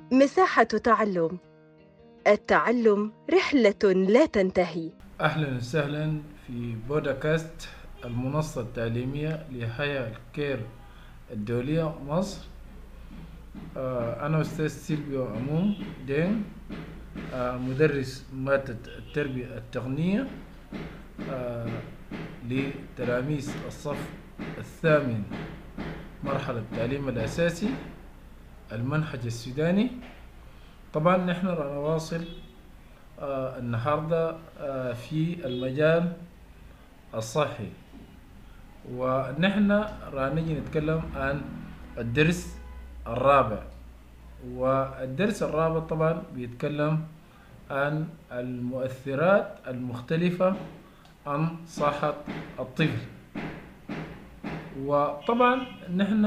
مساحة تعلم. التعلم رحلة لا تنتهي. أهلا وسهلا في بودكاست المنصة التعليمية لحياة الكير الدولية مصر. أنا أستاذ سيلفيو أموم دين، مدرس مادة التربية التقنية آه، لتلاميذ الصف الثامن مرحلة التعليم الأساسي المنهج السوداني. طبعا نحن راح نواصل النهاردة في المجال الصحي، ونحن راح نجي نتكلم عن الدرس الرابع. والدرس الرابع طبعا بيتكلم عن المؤثرات المختلفة عن صحة الطفل. وطبعا نحن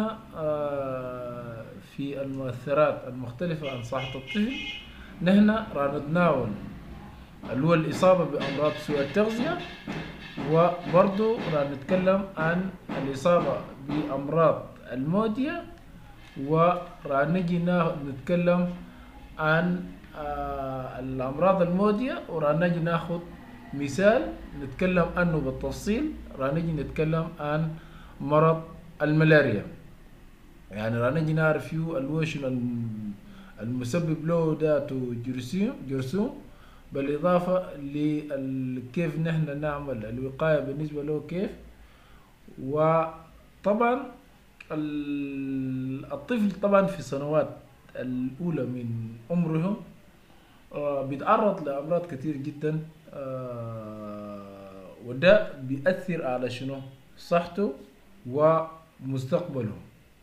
في المؤثرات المختلفة عن صحة الطفل نحن راح نتناول اللي هو الإصابة بأمراض سوء التغذية، وبرضو راح نتكلم عن الإصابة بأمراض المودية، وراح نجي نتكلم عن الأمراض المودية، وراح نجي ناخد مثال نتكلم عنه بالتفصيل. راح نجي نتكلم عن مرض الملاريا، يعني راح نجي نعرف فيه الوشن المسبب له ذاته جرثوم، بالإضافة لكيف نحن نعمل الوقاية بالنسبة له كيف. وطبعا الطفل طبعا في السنوات الأولى من عمره بيتعرض لأمراض كتير جدا، وده بيأثر على شنو صحته ومستقبله.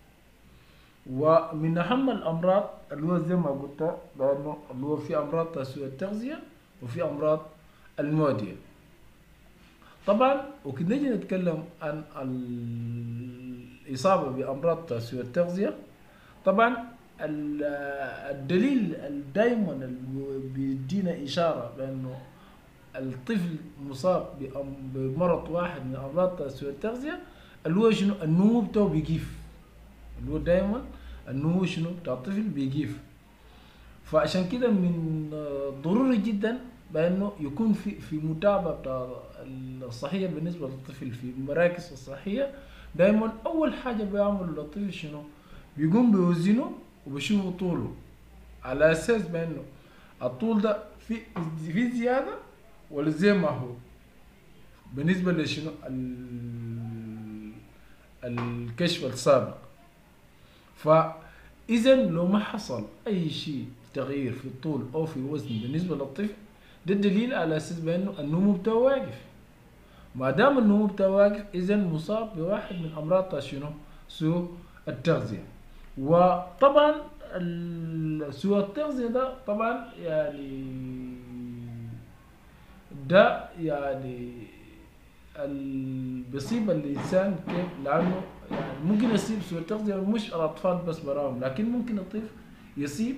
ومن أهم الأمراض اللي هو زي ما قلت لأنه اللي هو في أمراض سوء التغذية وفي أمراض المعدية. طبعا وكنا نجي نتكلم عن الإصابة بأمراض سوء التغذية. طبعا الدليل دائما بيدينا إشارة بأنه الطفل مصاب بمرض واحد من أمراض سوء التغذية اللي هو شنو النمو بتاعه بيقيف، اللي هو دائما النمو شنو بتاع الطفل بيقيف. فعشان كده من ضروري جدا بانه يكون في متابعه بتاع الصحيه بالنسبه للطفل في المراكز الصحيه. دائما اول حاجه بيعملوا للطفل شنو بيقوم بيوزنه وبيشوفوا طوله، على اساس بانه الطول ده في زياده ولا زي ما هو بالنسبه لشنو الكشف السابق. فإذا لو ما حصل أي شيء تغيير في الطول أو في الوزن بالنسبة للطفل، ده دليل على أساس بأنه النمو بتاعه واقف. ما دام النمو بتاعه واقف إذا مصاب بواحد من أمراض شنو سوء التغذية. وطبعا سوء التغذية ده طبعا يعني ده يعني بيصيب الإنسان كيف، لأنه يعني ممكن يصيب سوء التغذية مش الأطفال بس براهم، لكن ممكن الطفل يصيب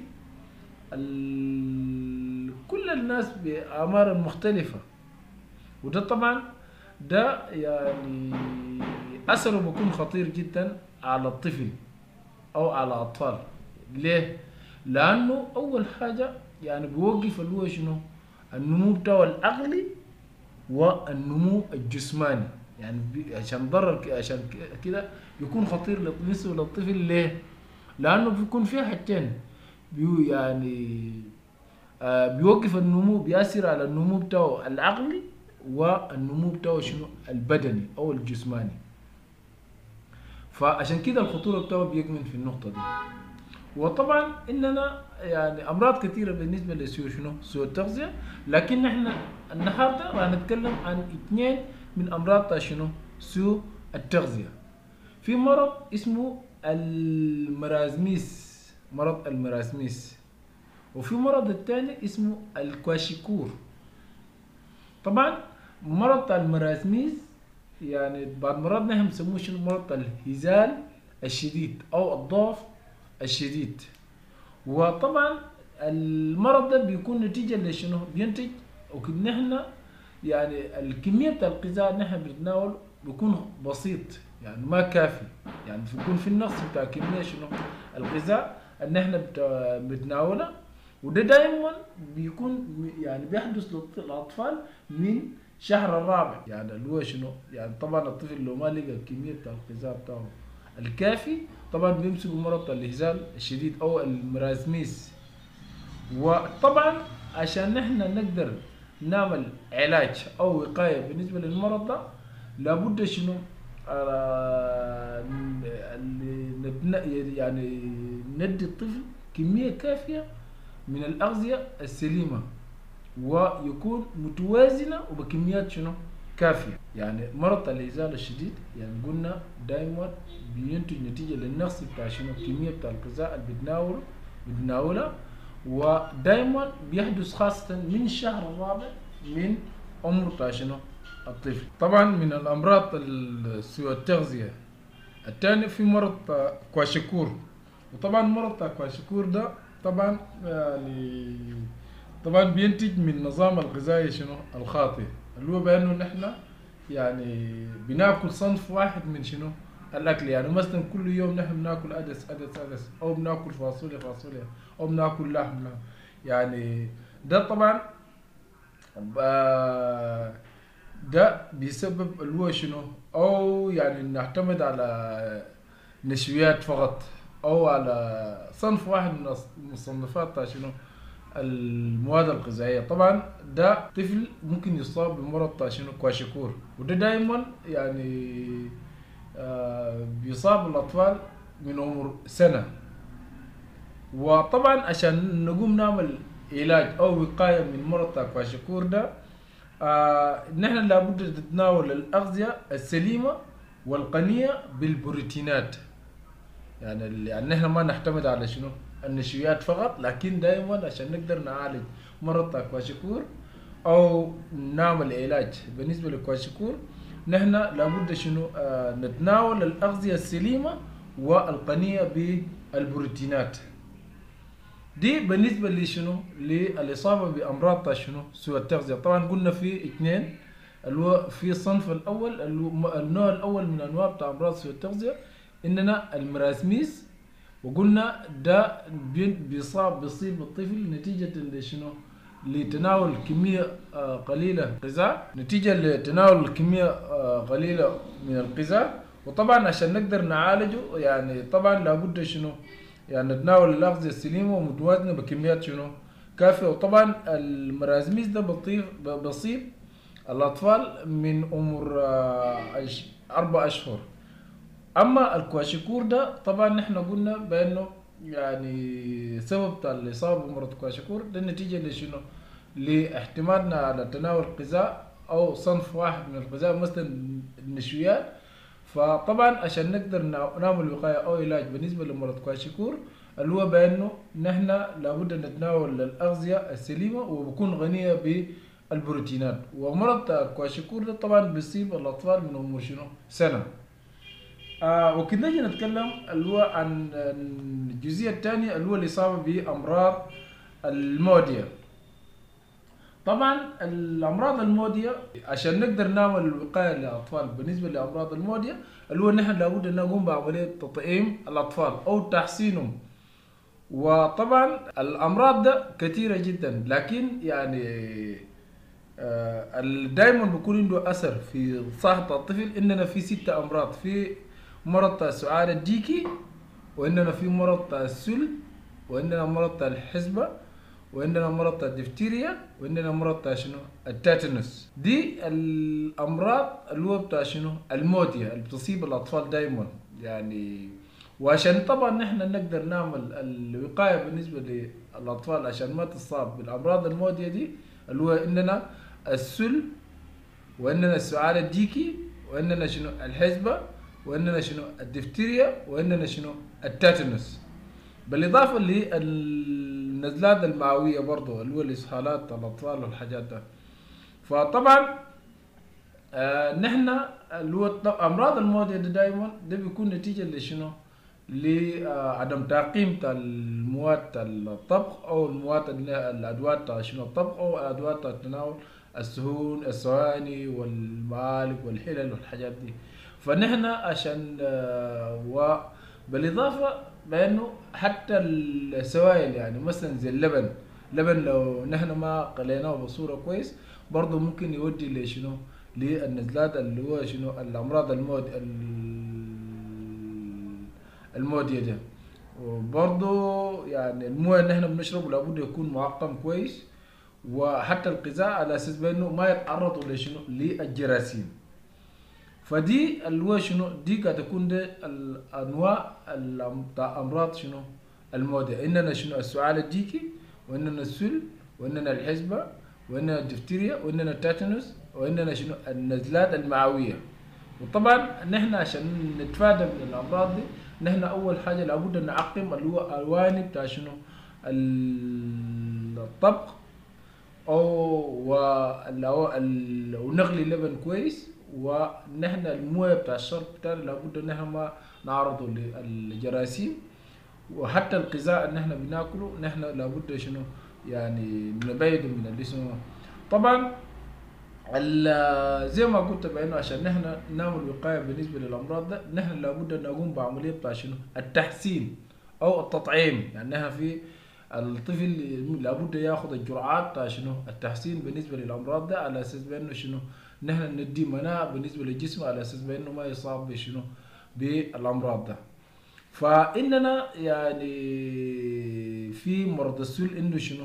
كل الناس بأعمار مختلفة. وده طبعا ده يعني أثره بيكون خطير جدا على الطفل أو على الأطفال. ليه؟ لأنه أول حاجة يعني بيوقف اللي هو شنو النمو بتاعه العقلي والنمو الجسماني، يعني عشان ضرر عشان كده يكون خطير بالنسبة للطفل. ليه؟ لأنه بيكون فيها حاجتين يعني بيوقف النمو، بيأثر على النمو بتاعه العقلي والنمو بتاعه شنو البدني أو الجسماني. فعشان كده الخطورة بتاعه بيكمن في النقطة دي. وطبعا اننا يعني امراض كثيره بالنسبه لسوء شنو سوء التغذيه، لكن احنا النهارده راح نتكلم عن اثنين من امراض شنو سوء التغذيه. في مرض اسمه المرازميس، مرض المرازميس، وفي مرض الثاني اسمه الكواشيكور. طبعا مرض المرازميس يعني بعد مرض نحن بنسموه شنو مرض الهزال الشديد او الضعف الشديد. وطبعا المرض ده بيكون نتيجة لشنو بينتج وكنا نحن يعني الكمية بتاع الغذاء نحن بنتناول بيكون بسيط، يعني ما كافي، يعني بيكون في النقص بتاع كمية شنو الغذاء ان احنا بنتناولها. وده دائما بيكون يعني بيحدث للاطفال من شهر الرابع، يعني اللي هو شنو، يعني طبعا الطفل لو ما لقى الكميه بتاع الغذاء بتاعه الكافي طبعا بيمسكوا مرض الهزال الشديد او المرازميس. وطبعا عشان نحن نقدر نعمل علاج او وقايه بالنسبه للمرض ده لابد شنو، يعني ندي الطفل كميه كافيه من الاغذيه السليمه ويكون متوازنه وبكميات شنو كافيه. يعني مرض الهزال الشديد يعني قلنا دائما بينتج نتيجه للنقص بتاع شنو الكميه بتاع الغذاء اللي بتناولها، ودائما بيحدث خاصه من الشهر الرابع من عمر بتاع شنو الطفل. طبعا من الامراض سوء التغذيه الثاني في مرض كواشيكور. وطبعا مرض كواشيكور ده طبعا يعني طبعا بينتج من النظام الغذائي شنو الخاطئ، اللي هو بانه نحن يعني بناكل صنف واحد من شنو الاكل. يعني مثلا كل يوم نحن بناكل عدس او بناكل فاصوليا او بناكل لحم. يعني ده طبعا ده بيسبب اللي هو شنو، او يعني نعتمد على نشويات فقط او على صنف واحد من المصنفات تاع شنو المواد الغذائيه. طبعا ده طفل ممكن يصاب بمرض تاع شنو كواشيكور. وده دائما يعني بيصاب الاطفال من عمر سنه. وطبعا عشان نقوم نعمل علاج او وقايه من مرض تاع كواشيكور ده نحن لابد نتناول الاغذيه السليمه والغنيه بالبروتينات. يعني نحن ما نعتمد على شنو النشويات فقط، لكن دائما عشان نقدر نعالج مرض كواشيكور او نعمل علاج بالنسبه لكواشيكور نحن لابد شنو نتناول الاغذيه السليمه والغنيه بالبروتينات. دي بالنسبه لشنو للاصابه بامراض شنو سوء التغذيه. طبعا قلنا في اثنين، اللي هو في الصنف الاول اللي هو النوع الاول من انواع بتاع امراض سوء التغذيه اننا المراسميس. وقلنا ده بيصيب الطفل نتيجه لشنو لتناول كميه قليله غذاء، نتيجه لتناول كميه قليله من الغذاء. وطبعا عشان نقدر نعالجه يعني طبعا لابد شنو يعني نتناول الاغذيه السليمه ومتوازنه بكميات شنو كافيه. وطبعا المرازميس ده بصيب الاطفال من عمر 4 اشهر. اما الكواشيكور ده طبعا نحن قلنا بانه يعني سبب الاصابه بمرض الكواشيكور ده نتيجه لشنو لاعتمادنا على تناول غذاء او صنف واحد من الغذاء مثلا النشويات. فطبعا عشان نقدر نعمل وقايه او علاج بالنسبه لمرض كواشيكور اللي هو بانه نحن لابد نتناول الاغذيه السليمه وبكون غنيه بالبروتينات. ومرض كواشيكور ده طبعا بيصيب الاطفال من عمر شنو سنه. وكنا نجي نتكلم اللي هو عن الجزئيه الثانيه اللي هو الاصابه بامراض الموديه. طبعا الامراض الموديه عشان نقدر نعمل وقايه للاطفال بالنسبه لامراض الموديه اللي هو نحن لابد ان نقوم بعمليه تطعيم الاطفال او تحسينهم. وطبعا الامراض ده كثيره جدا، لكن يعني دائما بيكون عنده اثر في صحه الطفل. اننا في 6 امراض، في مرض السعال الديكي، واننا في مرض السل، واننا مرض الحصبه، وعندنا مرض الدفتيريا، وعندنا مرض شنو التاتنس. دي الامراض اللي هو بتاع شنو الموديه اللي بتصيب الاطفال دائما يعني. وعشان طبعا نحن نقدر نعمل الوقايه بالنسبه للاطفال عشان ما تصاب بالامراض الموديه دي اللي هو عندنا السل، وعندنا السعال الديكي، وعندنا شنو الحصبه، وعندنا شنو الدفتيريا، وعندنا شنو التاتنس. بالاضافه للنزلات المعويه برضه اللي هو الاسهالات الاطفال والحاجات ده. فطبعا نحن اللي هو امراض الموديه ده دائما ده بيكون نتيجه لشنو لعدم تعقيم تاع المواد الطبخ او المواد الادوات تاع شنو الطبخ او ادوات التناول السهون الصواني والمعالق والحلل والحاجات دي. فنحن عشان وبالاضافه بانه حتى السوائل يعني مثلا زي اللبن، لو نحن ما قليناه بصورة كويس برضه ممكن يودي لشنو، للنزلات اللي هو شنو الأمراض المودية ده. وبرضه يعني المويه اللي احنا بنشربه لابد يكون معقم كويس، وحتى الغذاء على اساس بانه ما يتعرضوا لشنو للجراثيم. فدي اللي هو شنو دي قد تكون ده الانواع بتاع امراض شنو المودية. اننا شنو السعال الديكي، واننا السل، واننا الحزبة، واننا الدفتيريا، واننا التاتانوس، واننا شنو النزلات المعوية. وطبعا نحن عشان نتفادى من الامراض دي نحن اول حاجه لابد ان نعقم اللي هو اواني بتاع شنو الطبخ، او ونغلي اللبن كويس. ونحن المويه بتاع الشرب بتاعنا لابد ان احنا ما نعرضه للجراثيم. وحتى الغذاء اللي احنا بناكله نحن لابد شنو يعني نبعده من اللي اسمه. طبعا زي ما قلت بانه عشان نحن نعمل وقايه بالنسبه للامراض ده نحن لابد ان نقوم بعمليه بتاع شنو التحسين او التطعيم. يعني نحن في الطفل لابد ياخذ الجرعات بتاع شنو التحسين بالنسبه للامراض ده، على اساس بانه شنو نحن ندي مناعه بالنسبه للجسم، على اساس بانه ما يصاب بشنو بالامراض ده. فاننا يعني في مرض السل انه شنو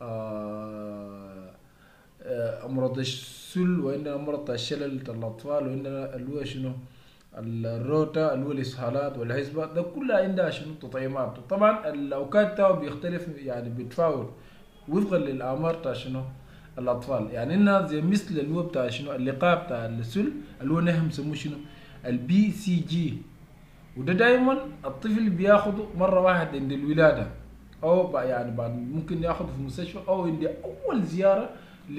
امراض السل، وعندنا مرض الشلل بتاع الاطفال، وعندنا اللي هو شنو الروتا اللي هو الاسهالات والحزبة، ده كلها عندها شنو تطعيمات. طبعا الاوقات تاعو بيختلف يعني بيتفاوت وفقا للاعمار بتاع شنو الاطفال. يعني انها زي مثل اللي هو بتاع شنو اللقاح بتاع السل اللي هو نحن بنسموه شنو البي سي جي، وده دايما الطفل بياخده مره واحد عند الولاده، او يعني بعد ممكن ياخده في المستشفى او عند اول زياره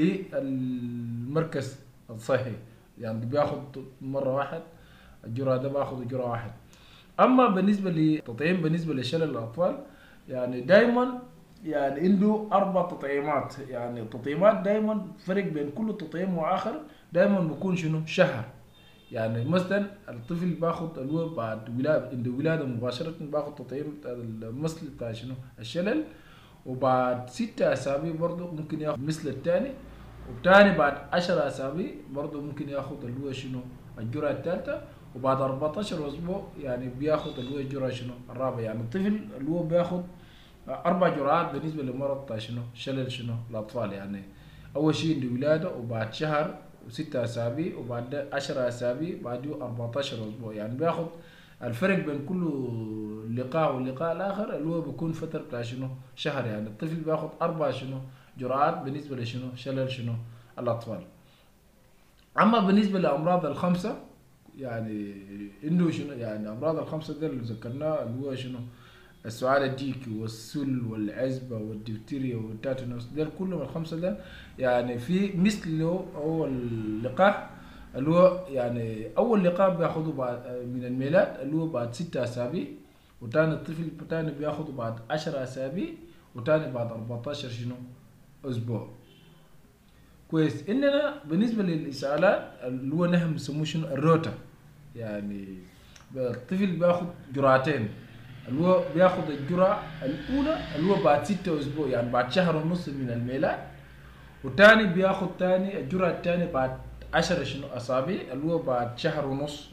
للمركز الصحي، يعني بياخد مره واحد الجرعه ده باخد جرعه واحد. اما بالنسبه للتطعيم بالنسبه لشلل الاطفال يعني دايما يعني عنده 4 تطعيمات. يعني التطعيمات دايما فرق بين كل تطعيم واخر دايما بيكون شنو شهر. يعني مثلا الطفل باخد اللي هو بعد ولاده عند ولاده مباشره باخد تطعيم المثل بتاع شنو الشلل، وبعد 6 اسابيع برضه ممكن ياخد مثل الثاني، والثاني بعد 10 اسابيع برضه ممكن ياخد اللي هو شنو الجرعه الثالثه، وبعد 14 اسبوع يعني بياخد اللي هو الجرعه شنو الرابعه. يعني الطفل اللي هو بياخد 4 جرعات بالنسبه لمرض بتاع شنو شلل شنو الاطفال. يعني اول شيء عند ولاده، وبعد شهر و6 اسابيع، وبعد 10 اسابيع، بعد 14 اسبوع. يعني بياخد الفرق بين كل لقاء واللقاء الاخر اللي هو بيكون فتره بتاع شنو شهر. يعني الطفل بياخد 4 جرعات بالنسبه لشنو شلل شنو الاطفال. اما بالنسبه لامراض الخمسه يعني عنده شنو يعني امراض الخمسه ده اللي ذكرناه اللي هو شنو السعال الديكي والسل والعزبة والدفتيريا والتاتانوس، دول كلهم الخمسة ده يعني في مثله هو اللقاح اللي هو يعني أول لقاح بياخده بعد من الميلاد اللي هو بعد 6 أسابيع، وتاني الطفل تاني بياخده بعد 10 أسابيع، وتاني بعد 14 شنو أسبوع. كويس. إننا بالنسبة للإسهالات اللي هو نحن بنسموه شنو الروتا، يعني الطفل بياخد جرعتين اللي هو بياخد الجرعة الأولى اللي هو بعد 6 أسبوع، يعني بعد شهر ونص من الميلاد، والتاني بياخد تاني الجرعة التاني بعد 10 شنو أسابيع اللي هو بعد شهر ونص.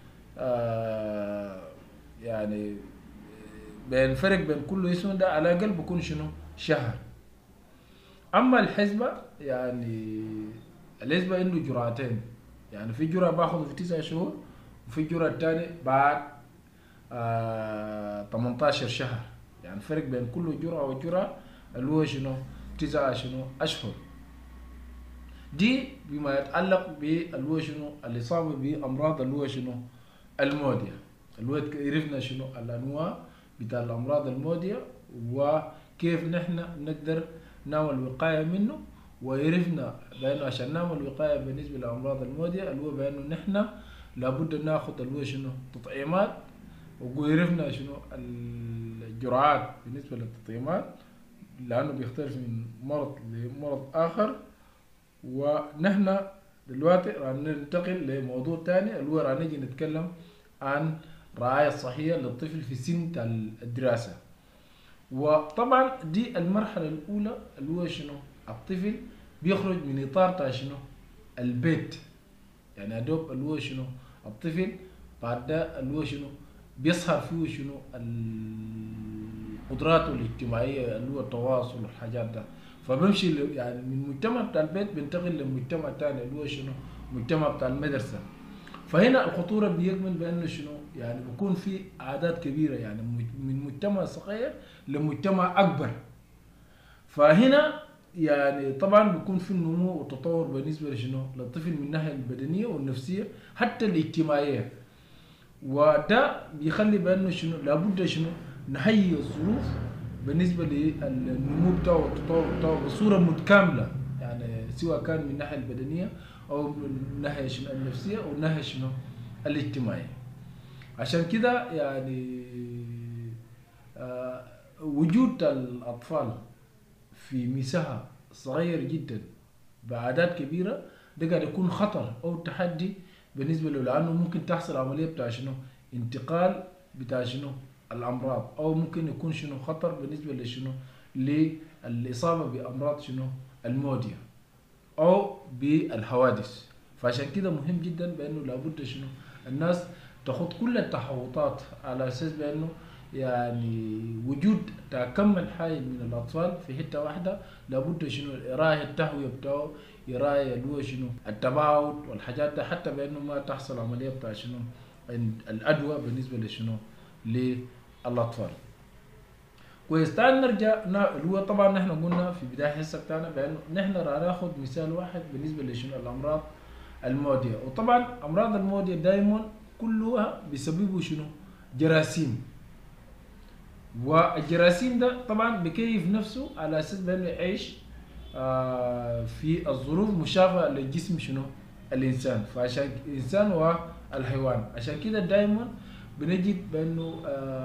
يعني بين فرق بين كل اسم ده على الأقل بيكون شنو شهر. أما الحزبة يعني الحزبة عنده جرعتين، يعني في جرعة باخده في 9 شهور، وفي الجرعة التاني بعد 18 شهر. يعني فرق بين كل جرعة وجرعة اللي هو شنو 9 شنو أشهر. دي بما يتعلق باللي هو شنو الإصابة بأمراض اللي هو شنو المودية، اللي هو عرفنا شنو الأنواع بتاع الأمراض المودية وكيف نحن نقدر نعمل وقاية منه. وعرفنا بأنه عشان نعمل وقاية بالنسبة لأمراض المودية اللي هو بأنه نحن لابد ناخد اللي هو شنو تطعيمات، وعرفنا شنو الجرعات بالنسبة للتطعيمات لأنه بيختلف من مرض لمرض آخر. ونحن دلوقتي راح ننتقل لموضوع تاني اللي هو راح نيجي نتكلم عن الرعاية الصحية للطفل في سن الدراسة. وطبعا دي المرحلة الأولى اللي هو شنو الطفل بيخرج من إطار تاع شنو البيت، يعني أدوب اللي هو شنو الطفل بعد ده اللي هو شنو بيظهر فيه شنو القدرات الاجتماعية اللي هو التواصل والحاجات ده. فبمشي يعني من المجتمع بتاع البيت بينتقل للمجتمع الثاني اللي هو شنو المجتمع بتاع المدرسة. فهنا الخطورة بيكمن بأنه شنو يعني بيكون في عادات كبيرة، يعني من مجتمع صغير لمجتمع أكبر. فهنا يعني طبعا بيكون في النمو والتطور بالنسبة لشنو للطفل من الناحية البدنية والنفسية حتى الاجتماعية. وده بيخلي بأنه شنو لابد شنو نهيئ الظروف بالنسبة للنمو بتاعه والتطور بتاعه بصورة متكاملة، يعني سواء كان من الناحية البدنية أو من الناحية شنو النفسية أو من الناحية شنو الاجتماعية. عشان كده يعني وجود الأطفال في مساحة صغير جدا بعدات كبيرة ده قاعد يكون خطر أو تحدي بالنسبة له، لأنه ممكن تحصل عملية بتاع شنو انتقال بتاع شنو الأمراض، أو ممكن يكون شنو خطر بالنسبة لشنو للإصابة بأمراض شنو المودية أو بالحوادث. فعشان كده مهم جدا بأنه لابد شنو الناس تاخد كل التحوطات على أساس بأنه يعني وجود كم حي من الأطفال في حتة واحدة لابد شنو يراعي التهوية بتاعه، يراعي اللي هو شنو التباعد والحاجات ده، حتى بأنه ما تحصل عملية بتاع شنو الأدوى بالنسبة لشنو للأطفال. كويس. تعال نرجع اللي هو طبعا نحن قلنا في بداية الحصة بتاعنا بأنه نحن راح ناخد مثال واحد بالنسبة لشنو الأمراض المعدية. وطبعا أمراض المعدية دايما كلها بيسببوا شنو جراثيم، والجراثيم ده طبعا بكيف نفسه على أساس بأنه يعيش في الظروف مشابهة للجسم شنو الإنسان، فعشان الإنسان والحيوان. عشان كده دايما بنجد بأنه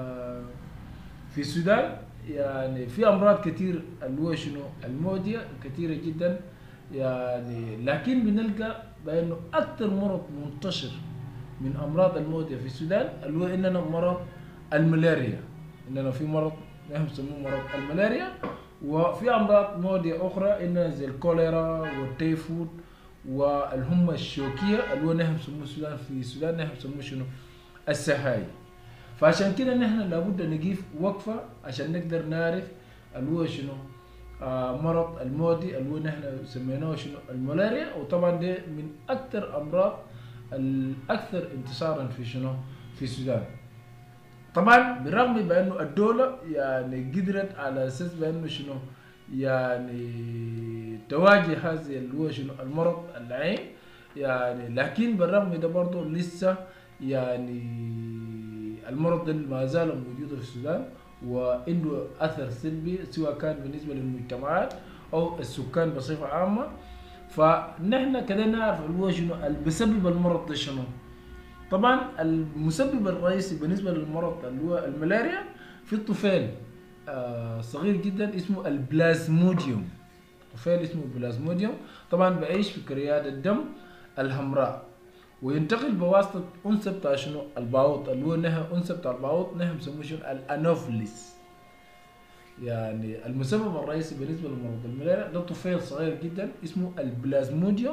في السودان يعني في أمراض كتير اللي هو شنو المعدية كتيرة جدا يعني، لكن بنلقى بأنه أكثر مرض منتشر من أمراض المعدية في السودان اللي هو إننا مرض الملاريا. إننا في مرض نحن نسموه مرض الملاريا، وفي أمراض معدية أخرى إننا زي الكوليرا والتيفود والهمة الشوكية اللي هو نحن نسموه في السودان نحن نسموه شنو السهاي. فعشان كده نحن لابد نقيف وقفة عشان نقدر نعرف اللي هو شنو مرض المعدي اللي هو نحن سميناه شنو الملاريا. وطبعا ده من أكثر أمراض الأكثر انتشارا في شنو في السودان. طبعا بالرغم بأنه الدولة يعني قدرت على أساس بأنه شنو يعني تواجه هذا اللي هو شنو المرض العين يعني، لكن بالرغم ده برضه لسه يعني المرض ده ما زال موجود في السودان وعنده أثر سلبي سواء كان بالنسبة للمجتمعات أو السكان بصفة عامة. فنحن كده نعرف اللي هو شنو اللي بسبب المرض ده شنو. طبعا المسبب الرئيسي بالنسبة للمرض اللي هو الملاريا في الطفيل صغير جدا اسمه البلازموديوم. طفيل اسمه بلازموديوم طبعا بعيش في كريات الدم الحمراء، وينتقل بواسطة أنثى بتاع شنو الباوط اللي هو أنثى بتاع الباوط نحن بنسموه شنو الأنوفلس. يعني المسبب الرئيسي بالنسبة لمرض الملاريا ده طفيل صغير جدا اسمه البلازموديوم،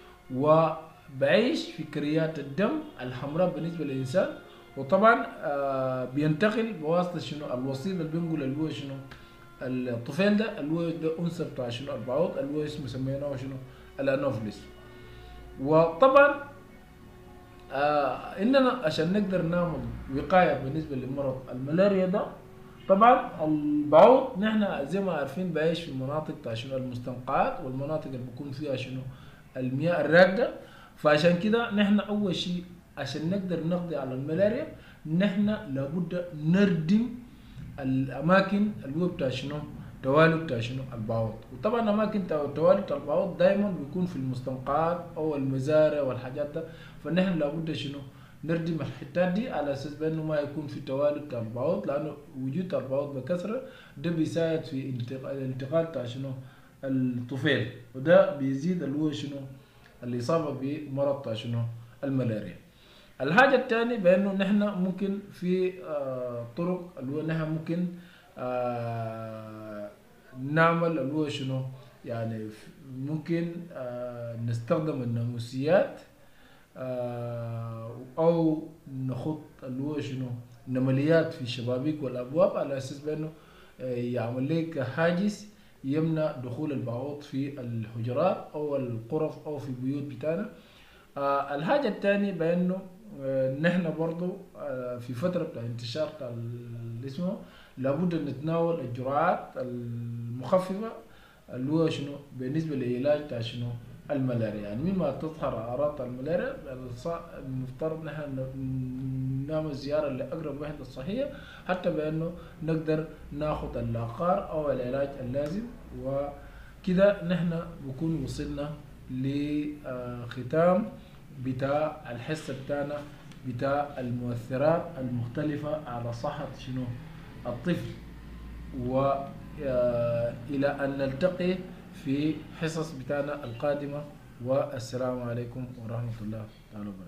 وبعيش في كريات الدم الحمراء بالنسبة للإنسان. وطبعا بينتقل بواسطة شنو الوسيط اللي بينقل اللي هو شنو الطفيل ده اللي هو ده أنثى بتاع شنو الباوط اللي هو اسمه سميناه شنو الأنوفلس. وطبعا إننا عشان نقدر نعمل وقاية بالنسبة لمرض الملاريا ده طبعا البعوض نحن زي ما عارفين بعيش في مناطق بتاع شنو المستنقعات والمناطق اللي بيكون فيها شنو المياه الراكدة. فعشان كده نحن أول شيء عشان نقدر نقضي على الملاريا نحن لابد نردم الأماكن اللي هو بتاع شنو توالد بتاع شنو البعوض. وطبعا أماكن توالد بتاع البعوض دايما بيكون في المستنقعات أو المزارع والحاجات ده. فنحن لابد شنو نردم الحتات دي على اساس بانه ما يكون في توالد بتاع البعوض، لانه وجود البعوض بكثره ده بيساعد في الانتقال بتاع شنو الطفيل، وده بيزيد اللي هو شنو الاصابه بمرض بتاع شنو الملاريا. الحاجه الثانيه بانه نحن ممكن في طرق اللي هو نحن ممكن نعمل اللي هو شنو يعني ممكن نستخدم الناموسيات أو نخط اللي هو شنو نمليات في الشبابيك والأبواب على أساس بأنه يعمل لك حاجز يمنع دخول البعوض في الحجرات أو الغرف أو في البيوت بتاعنا. الحاجة الثانية بأنه نحن برضو في فترة بتاع انتشار بتاع اسمه لابد أن نتناول الجرعات المخففة اللي هو شنو بالنسبة لعلاج بتاع شنو الملاريا. يعني من ما تظهر أعراض الملاريا المفترض نحن نعمل زيارة لأقرب وحدة صحية حتى بأنه نقدر ناخد اللقاح أو العلاج اللازم. وكده نحن بكون وصلنا لختام بتاع الحصة بتاعنا بتاع المؤثرات المختلفة على صحة شنو الطفل. وإلى أن نلتقي في حصص بتاعنا القادمة، والسلام عليكم ورحمة الله تعالى وبركاته.